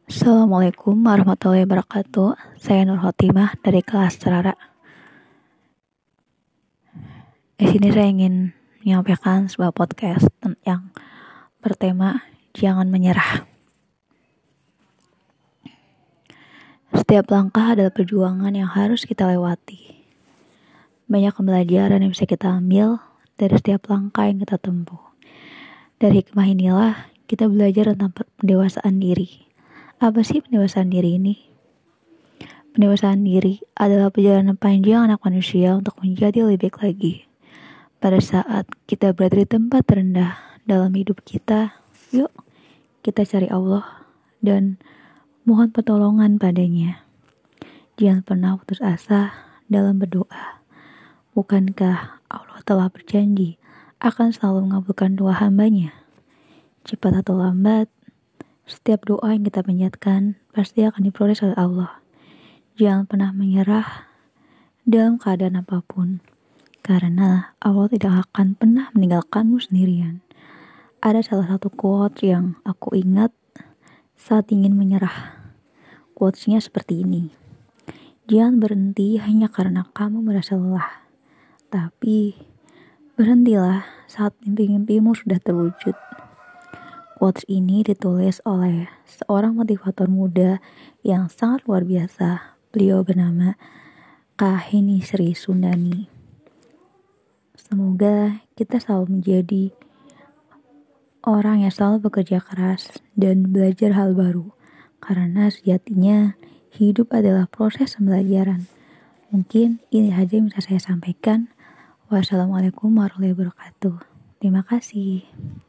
Assalamualaikum warahmatullahi wabarakatuh. Saya Nur Khotimah dari kelas Cerara. Di sini saya ingin menyampaikan sebuah podcast yang bertema jangan menyerah. Setiap langkah adalah perjuangan yang harus kita lewati. Banyak pembelajaran yang bisa kita ambil dari setiap langkah yang kita tempuh. Dari hikmah inilah kita belajar tentang pendewasaan diri. Apa sih pendewasaan diri ini? Pendewasaan diri adalah perjalanan panjang anak manusia untuk menjadi lebih baik lagi. Pada saat kita berada di tempat terendah dalam hidup kita, yuk kita cari Allah dan mohon pertolongan padanya. Jangan pernah putus asa dalam berdoa. Bukankah Allah telah berjanji akan selalu mengabulkan doa hambanya? Cepat atau lambat, setiap doa yang kita panjatkan pasti akan diproses oleh Allah. Jangan pernah menyerah dalam keadaan apapun, karena Allah tidak akan pernah meninggalkanmu sendirian. Ada salah satu quote yang aku ingat saat ingin menyerah. Quotes-nya seperti ini. Jangan berhenti hanya karena kamu merasa lelah, tapi berhentilah saat mimpi-mimpimu sudah terwujud. Quotes ini ditulis oleh seorang motivator muda yang sangat luar biasa. Beliau bernama Kahini Sri Sundani. Semoga kita selalu menjadi orang yang selalu bekerja keras dan belajar hal baru. Karena sejatinya hidup adalah proses pembelajaran. Mungkin ini saja yang bisa saya sampaikan. Wassalamualaikum warahmatullahi wabarakatuh. Terima kasih.